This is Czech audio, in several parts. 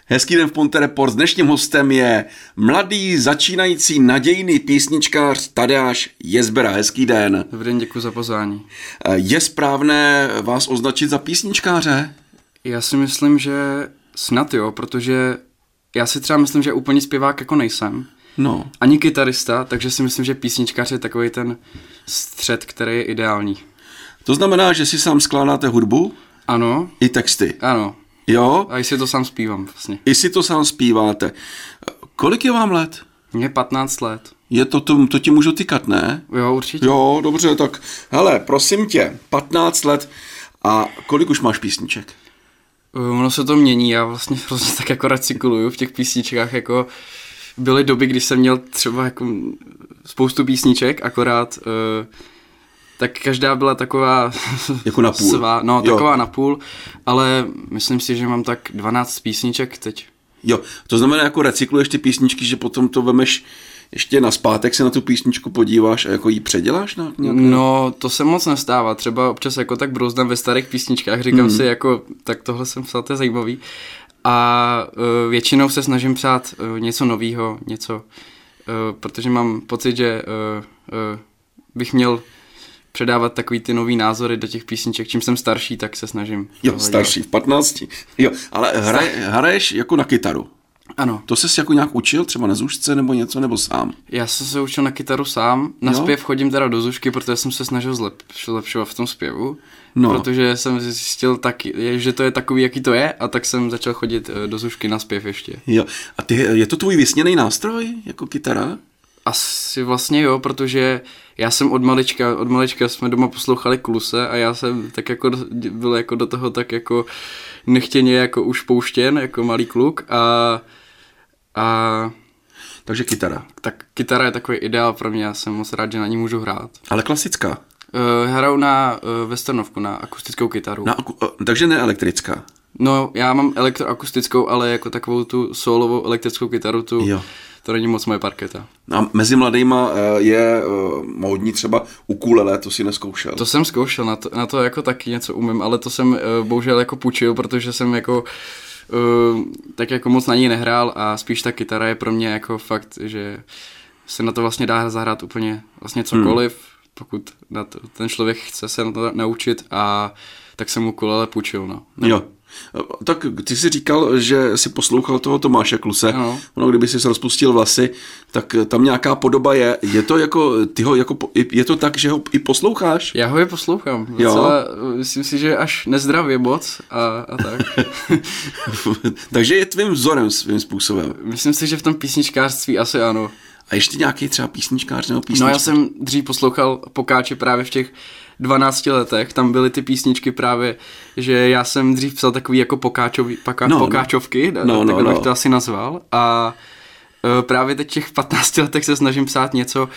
Hezký den v Ponte Report. S dnešním hostem je mladý, začínající, nadějný písničkář Tadeáš Jezbera. Hezký den. Dobrý den, děkuji za pozvání. Je správné vás označit za písničkáře? Já si myslím, že snad jo, protože já si třeba myslím, že úplně zpěvák jako nejsem. No. Ani kytarista, takže si myslím, že písničkář je takový ten střed, který je ideální. To znamená, že si sám skládáte hudbu? Ano. I texty? Ano. Jo? A i si to sám zpívám vlastně. I si to sám zpíváte. Kolik je vám let? Mně 15 let. Je to ti můžu tykat, ne? Jo, určitě. Jo, dobře, tak hele, prosím tě, 15 let a kolik už máš písniček? Ono se to mění, já vlastně hrozně tak jako recykluju v těch písničkách, jako byly doby, kdy jsem měl třeba jako spoustu písniček, akorát tak každá byla taková jako na půl. Taková na půl, ale myslím si, že mám tak 12 písniček teď. Jo, to znamená, jako recykluješ ty písničky, že potom to vemeš ještě nazpátek, se na tu písničku podíváš a jako ji předěláš? No, to se moc nestává, třeba občas jako tak brouzdám ve starých písničkách, říkám si jako, tak tohle jsem psal, to je zajímavý. A většinou se snažím psát něco novýho, protože mám pocit, že bych měl předávat takový ty nový názory do těch písniček. Čím jsem starší, tak se snažím. Jo, starší, v 15. Jo, ale hraješ jako na kytaru. Ano. To ses jako nějak učil, třeba na zušce nebo něco, nebo sám? Já jsem se učil na kytaru sám, na zpěv chodím teda do zušky, protože jsem se snažil zlepšovat v tom zpěvu, protože jsem zjistil že to je takový, jaký to je, a tak jsem začal chodit do zušky na zpěv ještě. Jo, a je to tvůj vysněný nástroj, jako kytara? Asi vlastně jo, protože já jsem od malička jsme doma poslouchali Kluse a já jsem tak jako byl jako do toho tak jako nechtěně jako už pouštěn, jako malý kluk a takže kytara. Tak kytara je takový ideál pro mě, já jsem moc rád, že na ní můžu hrát. Ale klasická? Hraju na westernovku, na akustickou kytaru. Takže ne elektrická? No, já mám elektroakustickou, ale jako takovou tu solovou elektrickou kytaru, to není moc moje parketa. A mezi mladýma je módní třeba ukulele, to si neskoušel? To jsem zkoušel, na to jako taky něco umím, ale to jsem bohužel jako půjčil, protože jsem jako tak jako moc na ní nehrál a spíš ta kytara je pro mě jako fakt, že se na to vlastně dá zahrát úplně vlastně cokoliv, pokud ten člověk chce se na to naučit, a tak jsem ukulele půjčil, no. Jo. Tak ty jsi říkal, že jsi poslouchal toho Tomáše Kluse. Ano. Ono, kdyby jsi rozpustil vlasy, tak tam nějaká podoba je. Je to jako, je to tak, že ho i posloucháš? Já ho je poslouchám. Docela, myslím si, že až nezdravě moc a tak. Takže je tvým vzorem svým způsobem. Myslím si, že v tom písničkářství asi ano. A ještě nějaký třeba písničkář nebo písničkář? No, já jsem dřív poslouchal Pokáče právě v těch 12 letech, tam byly ty písničky právě, že já jsem dřív psal takový jako pokáčovky, tak bych to asi nazval, a právě teď těch 15 letech se snažím psát něco,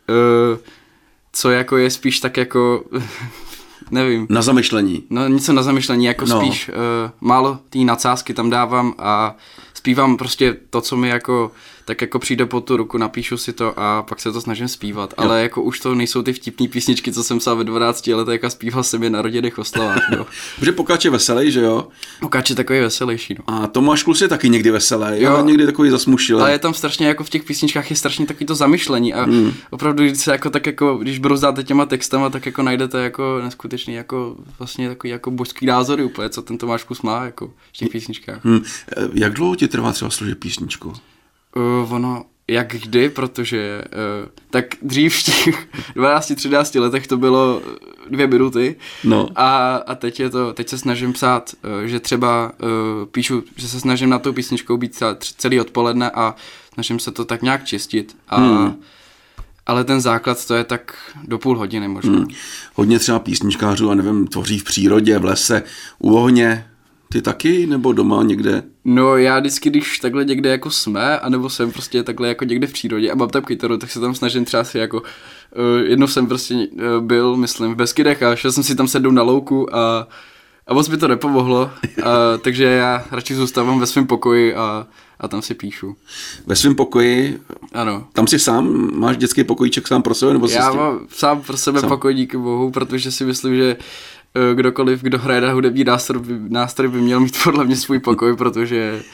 co jako je spíš tak jako, nevím. Na zamyšlení. No, něco na zamyšlení, jako spíš málo té nadsázky tam dávám a zpívám prostě to, co mi jako tak jako přijde pod tu ruku, napíšu si to a pak se to snažím zpívat, ale jako už to nejsou ty vtipný písničky, co jsem psal ve 12 letech a zpíval jsem je na rodinných oslavách, no. Protože Pokáč je veselý, že jo? Pokáč je takový veselější, no. A Tomáš Klus je taky někdy veselý, ale někdy takový zasmušilý. Ale je tam strašně jako v těch písničkách je strašně takový to zamyšlení a opravdu, když se jako tak jako, když brouzdáte těma textama, tak jako najdete jako neskutečný jako vlastně takový jako božský názory úplně, co ten Tomáš Klus má jako v těch písničkách. Jak dlouho ti trvá třeba složit písničku? Ono, jak kdy, protože tak dřív v těch 12-13 letech to bylo 2 minuty a teď se snažím psát, že třeba píšu, že se snažím na tou písničkou být celý odpoledne a snažím se to tak nějak čistit ale ten základ to je tak do půl hodiny možná. Hodně třeba písničkářů, a nevím, tvoří v přírodě, v lese, u ohně. Ty taky, nebo doma někde? No, já vždycky, když takhle někde jako jsme, anebo jsem prostě takhle jako někde v přírodě a mám tam kytaru, tak se tam snažím třeba si jako, jednou jsem prostě byl, myslím, v Beskydech a šel jsem si tam sednout na louku a moc mi to nepomohlo, takže já radši zůstávám ve svém pokoji a tam si píšu. Ve svém pokoji? Ano. Tam si sám, máš dětský pokojíček sám pro sebe? Nebo já mám sám pro sebe pokoj, díky bohu, protože si myslím, že kdokoliv, kdo hraje na hudební nástroj by měl mít podle mě svůj pokoj, protože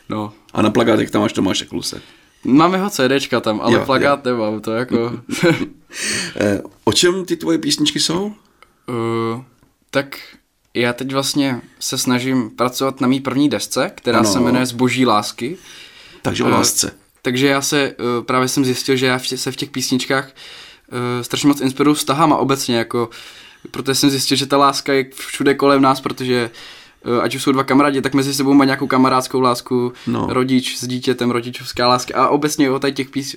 No. A na plakátech tam máš Tomáše Kluse. Mám jeho CDčka tam, ale plakát nemám, to jako... O čem ty tvoje písničky jsou? Tak já teď vlastně se snažím pracovat na mý první desce, která se jmenuje Zboží lásky. Takže o lásce. Takže já právě jsem zjistil, že já se v těch písničkách strašně moc inspiruju vztahama obecně, jako, protože jsem zjistil, že ta láska je všude kolem nás, protože ať už jsou dva kamarádi, tak mezi sebou má nějakou kamarádskou lásku, rodič s dítětem, rodičovská láska a obecně o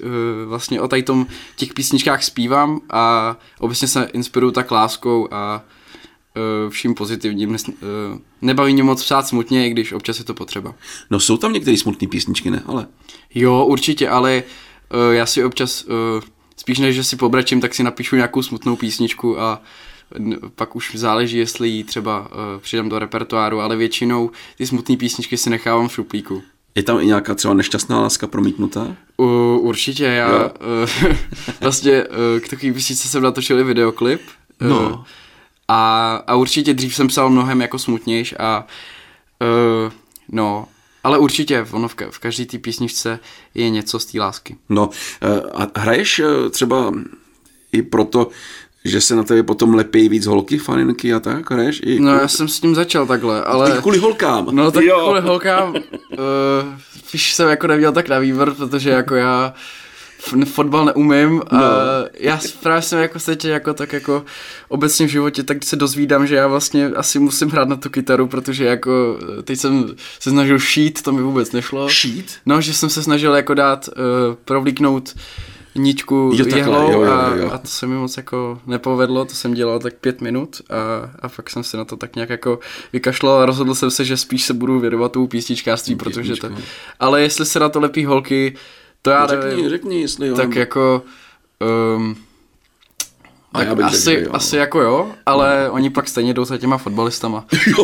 těch písničkách zpívám a obecně se inspiruju tak láskou a vším pozitivním. Nebaví mě moc psát smutně, i když občas je to potřeba. No jsou tam některé smutné písničky, ne? Ale... Jo, určitě, ale já si občas, spíš než že si pobrečím, tak si napíšu nějakou smutnou písničku a pak už záleží, jestli ji třeba přidám do repertoáru, ale většinou ty smutné písničky si nechávám v šuplíku. Je tam i nějaká třeba nešťastná láska promítnutá? Určitě, já vlastně k takové písničce jsem natočil videoklip. A určitě dřív jsem psal mnohem jako smutnějš ale určitě ono v každé té písničce je něco z té lásky. No a hraješ třeba i proto, že se na tebe potom lepí víc holky, faninky a tak, hraješ i... No já jsem s tím začal takhle, ale... I kvůli holkám. No tak kvůli holkám, spíš jsem jako neměl tak na výbor, protože jako já fotbal neumím a já právě jsem jako setě jako tak jako obecně v životě, tak se dozvídám, že já vlastně asi musím hrát na tu kytaru, protože jako teď jsem se snažil šít, to mi vůbec nešlo. Šít? No, že jsem se snažil jako dát, provlíknout ničku jehlou a to se mi moc jako nepovedlo, to jsem dělal tak 5 minut a fakt jsem se na to tak nějak jako vykašlal a rozhodl jsem se, že spíš se budu věnovat tomu písničkářství, protože to... Ale jestli se na to lepí holky, to já nevím. Řekni, jestli jo. Tak jako... tak asi jako jo, ale oni pak stejně jdou za těma fotbalistama.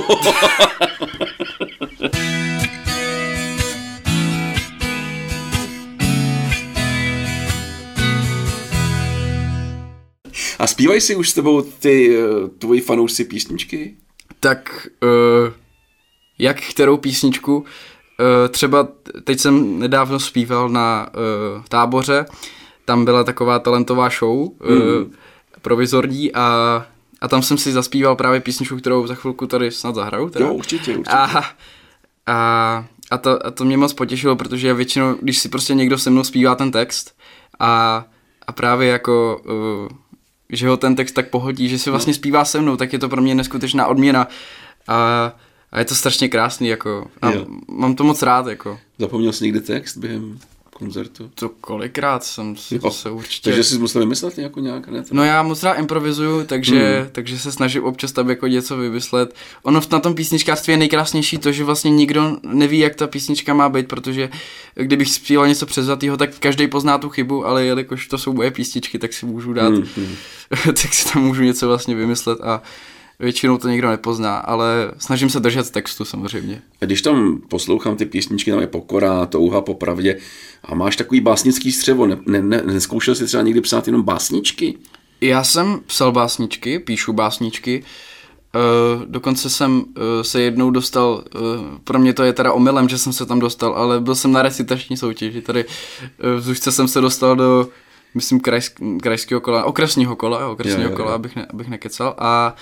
A zpívají si už s tebou ty tvoji fanoušci písničky? Tak jak kterou písničku? Třeba teď jsem nedávno zpíval na Táboře, tam byla taková talentová show provizorní a tam jsem si zaspíval právě písničku, kterou za chvilku tady snad zahraju. Teda. Jo, určitě. A to mě moc potěšilo, protože já většinou, když si prostě někdo se mnou zpívá ten text a právě jako, že ho ten text tak pohodí, že si vlastně zpívá se mnou, tak je to pro mě neskutečná odměna a je to strašně krásný, jako, a mám to moc rád, jako. Zapomněl jsi někdy text během koncertu? To kolikrát jsem se určitě... Takže jsi musel vymyslet jako nějak, ne? No já moc rád improvizuju, takže se snažím občas tam jako něco vymyslet. Ono na tom písničkářství je nejkrásnější to, že vlastně nikdo neví, jak ta písnička má být, protože kdybych zpíval něco převzatýho, tak každý pozná tu chybu, ale jelikož to jsou moje písničky, tak si můžu dát, tak si tam můžu něco vlastně vymyslet a většinou to nikdo nepozná, ale snažím se držet textu samozřejmě. Když tam poslouchám ty písničky, tam je Pokora, Touha po pravdě a máš takový básnický střevo, neskoušel jsi třeba někdy psát jenom básničky? Já jsem psal básničky, píšu básničky, dokonce jsem se jednou dostal, pro mě to je teda omylem, že jsem se tam dostal, ale byl jsem na recitační soutěži, tady v Zušce jsem se dostal do, myslím, krajského kola, okresního kola, abych nekecal a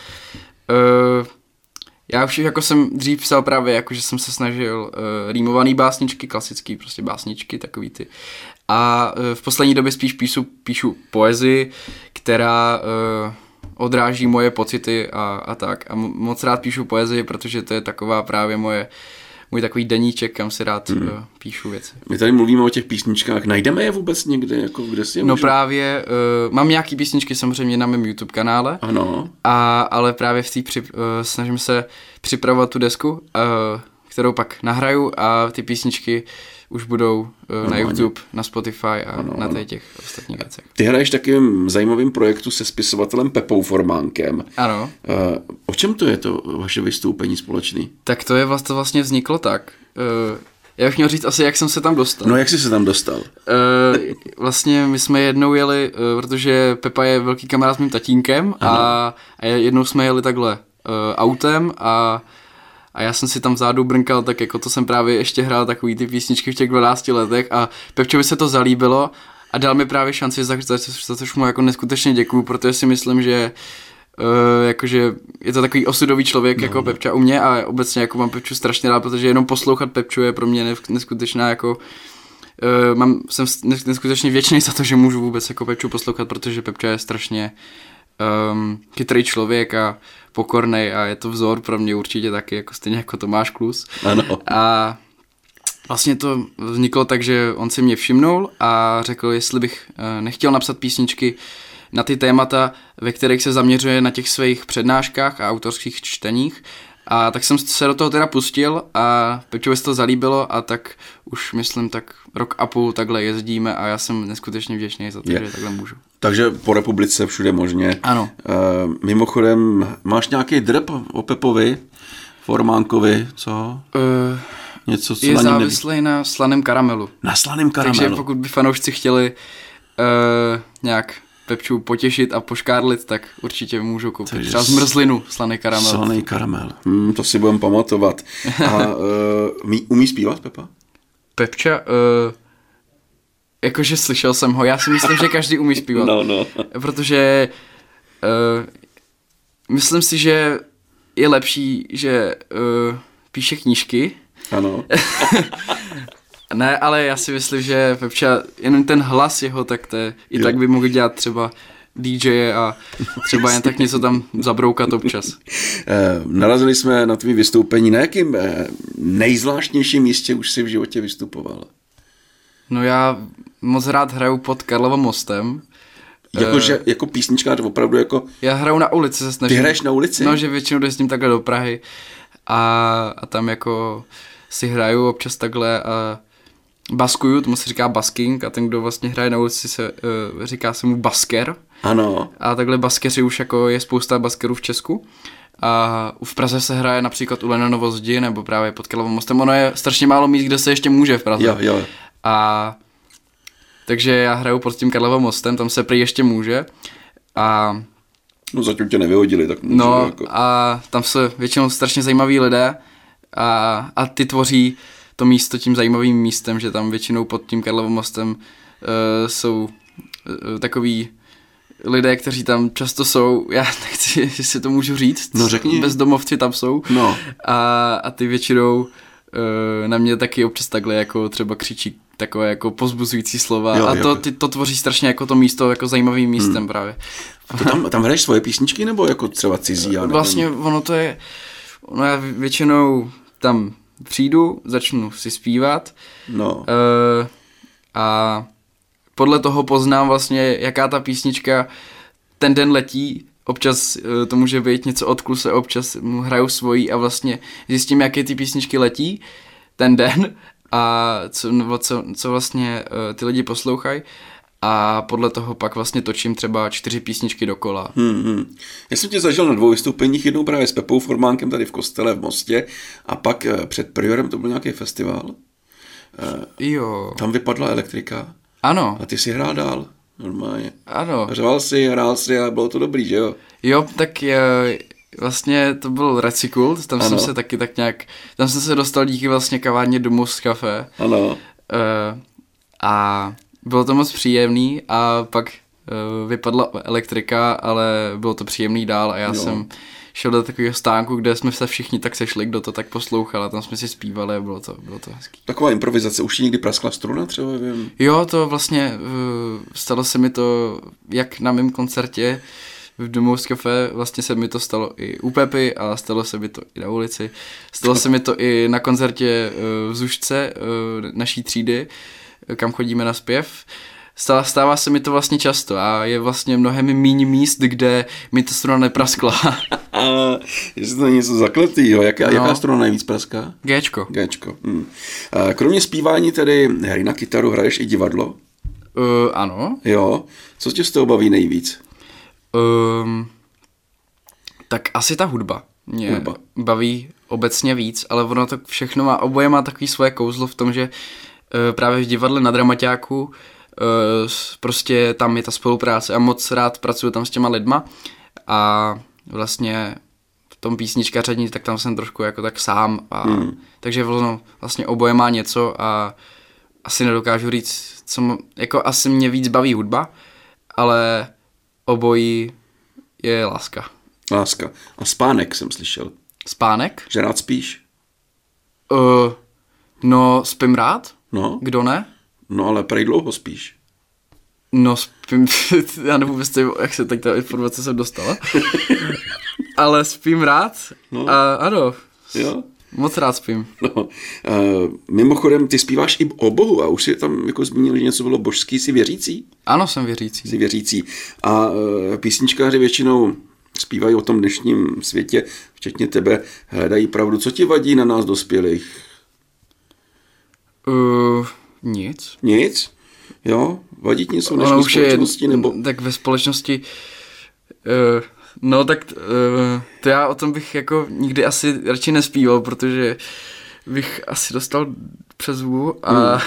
já už jako jsem dřív psal právě, jako že jsem se snažil rýmovaný básničky, klasický prostě básničky, takový ty. A v poslední době spíš píšu poezii, která odráží moje pocity a tak. A moc rád píšu poezii, protože to je taková právě můj takový deníček, kam si rád píšu věci. My tady mluvíme o těch písničkách, najdeme je vůbec někde, jako kde si je No právě, mám nějaký písničky samozřejmě na mém YouTube kanále, ano. Ale právě snažím se připravovat tu desku, kterou pak nahraju a ty písničky už budou na YouTube, na Spotify a na těch ostatních věcech. Ty hraješ takovým zajímavým projektu se spisovatelem Pepou Formánkem. Ano. O čem to je to vaše vystoupení společný? Tak to je vlastně vzniklo tak. Já bych měl říct asi, jak jsem se tam dostal. No jak jsi se tam dostal? Vlastně my jsme jednou jeli, protože Pepa je velký kamarád s mým tatínkem a jednou jsme jeli takhle autem a a já jsem si tam vzadu brnkal, tak jako to jsem právě ještě hrál takový ty písničky v těch 12 letech a Pepčovi se to zalíbilo a dal mi právě šanci, za což mu jako neskutečně děkuju, protože si myslím, že jakože je to takový osudový člověk jako Pepča u mě a obecně jako mám Pepču strašně rád, protože jenom poslouchat Pepču je pro mě neskutečná jako jsem neskutečně vděčný za to, že můžu vůbec jako Pepču poslouchat, protože Pepča je strašně chytrý člověk a pokornej a je to vzor pro mě určitě taky, jako stejně jako Tomáš Klus. Ano. A vlastně to vzniklo tak, že on si mě všimnul a řekl, jestli bych nechtěl napsat písničky na ty témata, ve kterých se zaměřuje na těch svých přednáškách a autorských čteních. A tak jsem se do toho teda pustil a Pepčovi se to zalíbilo a tak už myslím tak rok a půl takhle jezdíme a já jsem neskutečně vděčný za to, že takhle můžu. Takže po republice všude možně. Ano. Mimochodem, máš nějaký drb o Pepovi, Formánkovi, co? Něco, co je na něm závislý na slaném karamelu. Na slaném karamelu. Takže pokud by fanoušci chtěli nějak Pepču potěšit a poškárlit, tak určitě můžou koupit takže třeba zmrzlinu, slaný karamel. Slaný karamel, to si budeme pamatovat. A umí zpívat Pepa? Pepča, jakože slyšel jsem ho, já si myslím, že každý umí zpívat. No. Protože myslím si, že je lepší, že píše knížky. Ano. Ne, ale já si myslím, že Pepča, jenom ten hlas jeho, tak to je, i tak by mohl dělat třeba DJ a třeba jen tak něco tam zabroukat občas. Narazili jsme na tvý vystoupení. Na jakým nejzvláštnějším místě už jsi v životě vystupoval? No já moc rád hraju pod Karlovým mostem. Jakože jako písničkář opravdu jako... Já hraju na ulici, se snažím. Ty hraješ na ulici? No, že většinou jezdím takhle do Prahy a tam jako si hraju občas takhle a baskuju, tomu se říká basking a ten, kdo vlastně hraje na ulici, říká se mu basker. Ano. A takhle baskeři už jako je spousta baskerů v Česku. A v Praze se hraje například u Leninovo zdi nebo právě pod Karlovým mostem. Ono je strašně málo míst, kde se ještě může v Praze. Jo. A takže já hraju pod tím Karlovým mostem, tam se prý ještě může. A no zatím tě nevyhodili, tak můžu. No jako... a tam se většinou strašně zajímaví lidé a ty tvoří to místo tím zajímavým místem, že tam většinou pod tím Karlovým mostem jsou takový lidé, kteří tam často jsou, já nechci, jestli to můžu říct, no řekni. Bezdomovci tam jsou no. a ty většinou na mě taky občas takhle jako třeba křičí takové jako pozbuzující slova jo, a jo. to tvoří strašně jako to místo jako zajímavým místem právě. Tam hraješ svoje písničky nebo jako třeba cizí? Vlastně ono to je, já většinou tam přijdu, začnu si zpívat a podle toho poznám vlastně, jaká ta písnička ten den letí. Občas to může být něco od Kluse, občas mu hraju svojí a vlastně zjistím, jaké ty písničky letí ten den a co vlastně ty lidi poslouchají. A podle toho pak vlastně točím třeba 4 písničky dokola. Já jsem tě zažil na 2 vystoupeních, jednou právě s Pepou Formánkem tady v Kostele v Mostě a pak před Priorem to byl nějaký festival. Jo. Tam vypadla elektrika. Ano. A ty si hrál dál, normálně. Ano. Řval si, hrál si a bylo to dobrý, že jo? Jo, tak vlastně to byl Recykult, tam jsem se taky tak nějak, tam jsem se dostal díky vlastně kavárně Domus Café. Ano. A bylo to moc příjemný a pak vypadla elektrika, ale bylo to příjemný dál a já jsem šel do takového stánku, kde jsme se všichni tak sešli, kdo to tak poslouchal a tam jsme si zpívali a bylo to hezký. Taková improvizace, už ti někdy praskla struna třeba, vím? Jo, to vlastně stalo se mi to jak na mém koncertě v Domus Café, vlastně se mi to stalo i u Pepy a stalo se mi to i na ulici. Stalo se mi to i na koncertě v Zušce naší třídy, kam chodíme na zpěv. Stává se mi to vlastně často a je vlastně mnohem míň míst, kde mi ta struna nepraskla. Jestli to něco zakletýho, jaká struna nejvíc praská? Géčko. Kromě zpívání tedy hry na kytaru hraješ i divadlo? Ano. Jo. Co tě z toho baví nejvíc? Tak asi ta hudba. Mě baví obecně víc, ale ono to všechno oboje má takový svoje kouzlo v tom, že právě v divadle na Dramaťáku prostě tam je ta spolupráce a moc rád pracuji tam s těma lidma a vlastně tom písničkaření, tak tam jsem trošku jako tak sám. Takže vlastně oboje má něco a asi nedokážu říct, jako asi mě víc baví hudba, ale obojí je láska. Láska. A spánek jsem slyšel. Spánek? Že rád spíš? No, spím rád. No. Kdo ne? No, ale prej dlouho spíš. No, spím, já nevím, jak se teď ta informace jsem dostala. Ale spím rád. No. A ano. Jo. Moc rád spím. No, mimochodem, ty zpíváš i o Bohu a už si tam jako zmínil, že něco bylo božský, jsi věřící? Ano, jsem věřící. Jsi věřící. A písničkáři většinou zpívají o tom dnešním světě, včetně tebe, hledají pravdu. Co ti vadí na nás dospělých? Nic. Nic? Jo? Vadí ti něco v dnešní společnosti? Nebo? Tak ve společnosti... No tak to já o tom bych jako nikdy asi radši nespíval, protože bych asi dostal přezvu a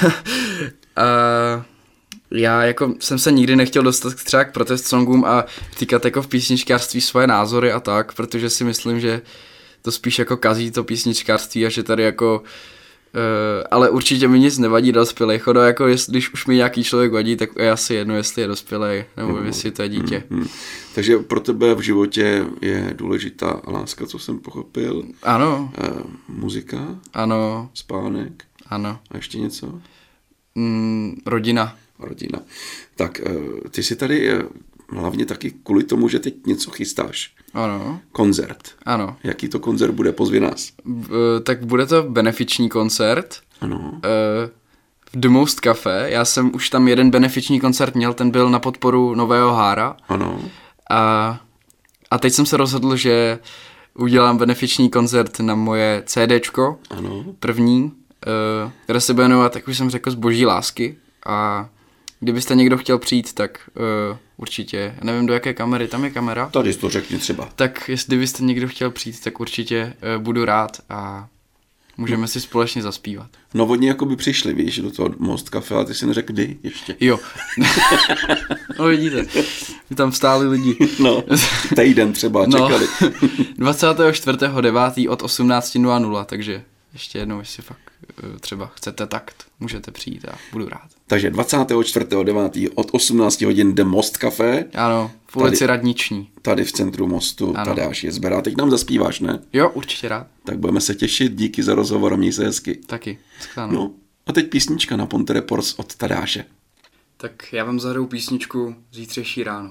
já jako jsem se nikdy nechtěl dostat třeba k protest songům a týkat jako v písničkářství svoje názory a tak, protože si myslím, že to spíš jako kazí to písničkářství a že tady jako ale určitě mi nic nevadí dospělej. Chodo, jako když už mi nějaký člověk vadí, tak je asi jedno, jestli je dospělej, nebo jestli to je dítě. Takže pro tebe v životě je důležitá láska, co jsem pochopil. Ano. Muzika. Ano. Spánek. Ano. A ještě něco? Rodina. Rodina. Tak ty si tady hlavně taky kvůli tomu, že teď něco chystáš. Ano. Koncert. Ano. Jaký to koncert bude? Pozvi nás. Tak bude to benefiční koncert. Ano. V The Most Café. Já jsem už tam jeden benefiční koncert měl, ten byl na podporu Nového Hára. Ano. A teď jsem se rozhodl, že udělám benefiční koncert na moje CDčko. Ano. První, které se bude jmenovat, jak už jsem řekl, Zboží lásky. A kdybyste někdo chtěl přijít, tak určitě, já nevím, do jaké kamery, tam je kamera. Tady to řekni třeba. Tak jestli byste někdo chtěl přijít, tak určitě budu rád a můžeme si společně zaspívat. No oni jako by přišli, víš, do toho Most Café, ale ty si neřekl kdy ještě. Jo. No vidíte, tam vstáli lidi. No, týden třeba, čekali. 24.9. od 18:00, takže ještě jednou, jestli fakt třeba chcete takt, můžete přijít a budu rád. Takže 24.9. od 18 hodin The Most Café. Ano, v ulici Radniční. Tady v centru Mostu, Tadeáš Jezbera. Teď nám zaspíváš, ne? Jo, určitě rád. Tak budeme se těšit, díky za rozhovor, měj se hezky. Taky, no, a teď písnička na Ponte Reports od Tadeáše. Tak já vám zahraju písničku Zítřejší ráno.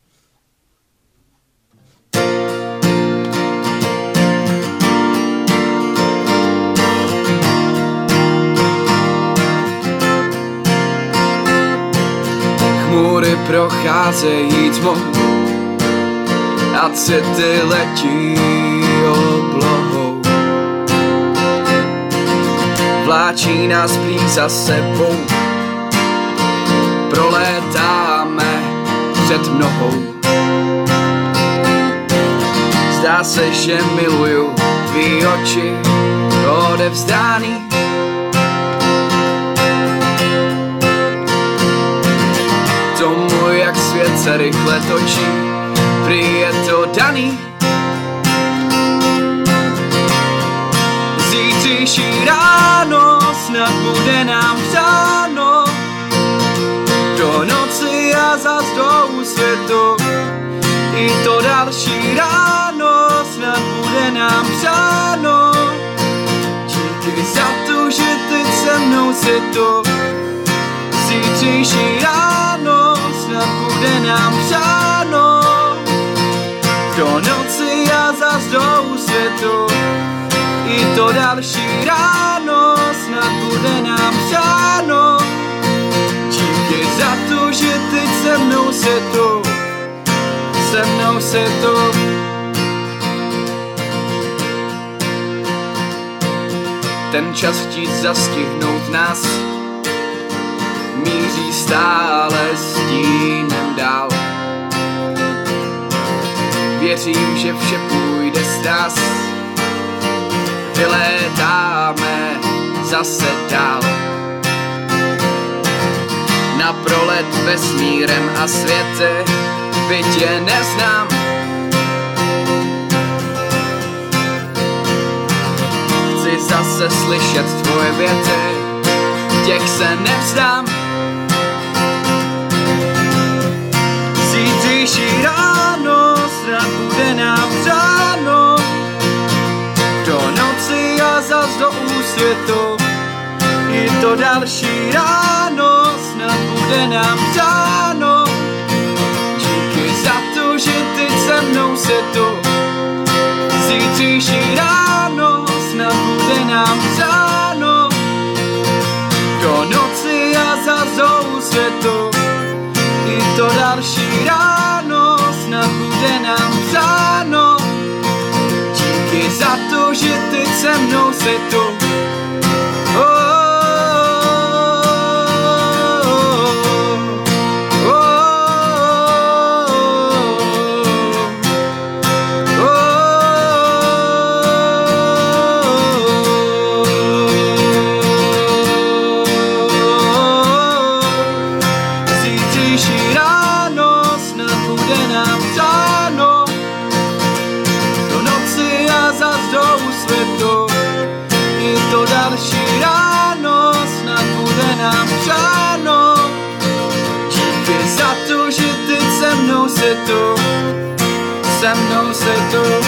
Chmury procházejí tmou a city letí oblohou. Vláčí nás prý za sebou, prolétáme před mnohou. Zdá se, že miluju tvý oči odevzdaný. Tomu, jak svět se rychle točí, prý je to daný. Zítřejší ráno snad bude nám přáno, do noci a zas do světu. I to další ráno snad bude nám přáno. Díky za to, že teď se mnou si tu. Zítřejší ráno snad bude nám přáno, do noci a zas do světu. I to další ráno snad bude nám přáno. Díky za to, že teď se mnou si tu. Se mnou si tu. Ten čas chtít zastihnout nás míří stále stínem dál. Věřím, že vše půjde z nás. Vylétáme zase dál. Na prolet vesmírem a světy, byť je neznám. zase slyšet tvoje věty, těch se nevzdám. Zítřejší ráno snad bude nám přáno, do noci a zas do úsvitu. I to další ráno snad bude nám přáno. Díky za to, že teď se mnou si tu. Zítřejší ráno snad bude nám přáno, do noci a zas do úsvitu. I to další ráno snad bude nám přáno. Díky za to, že teď se mnou si tu. Se mnou se tu.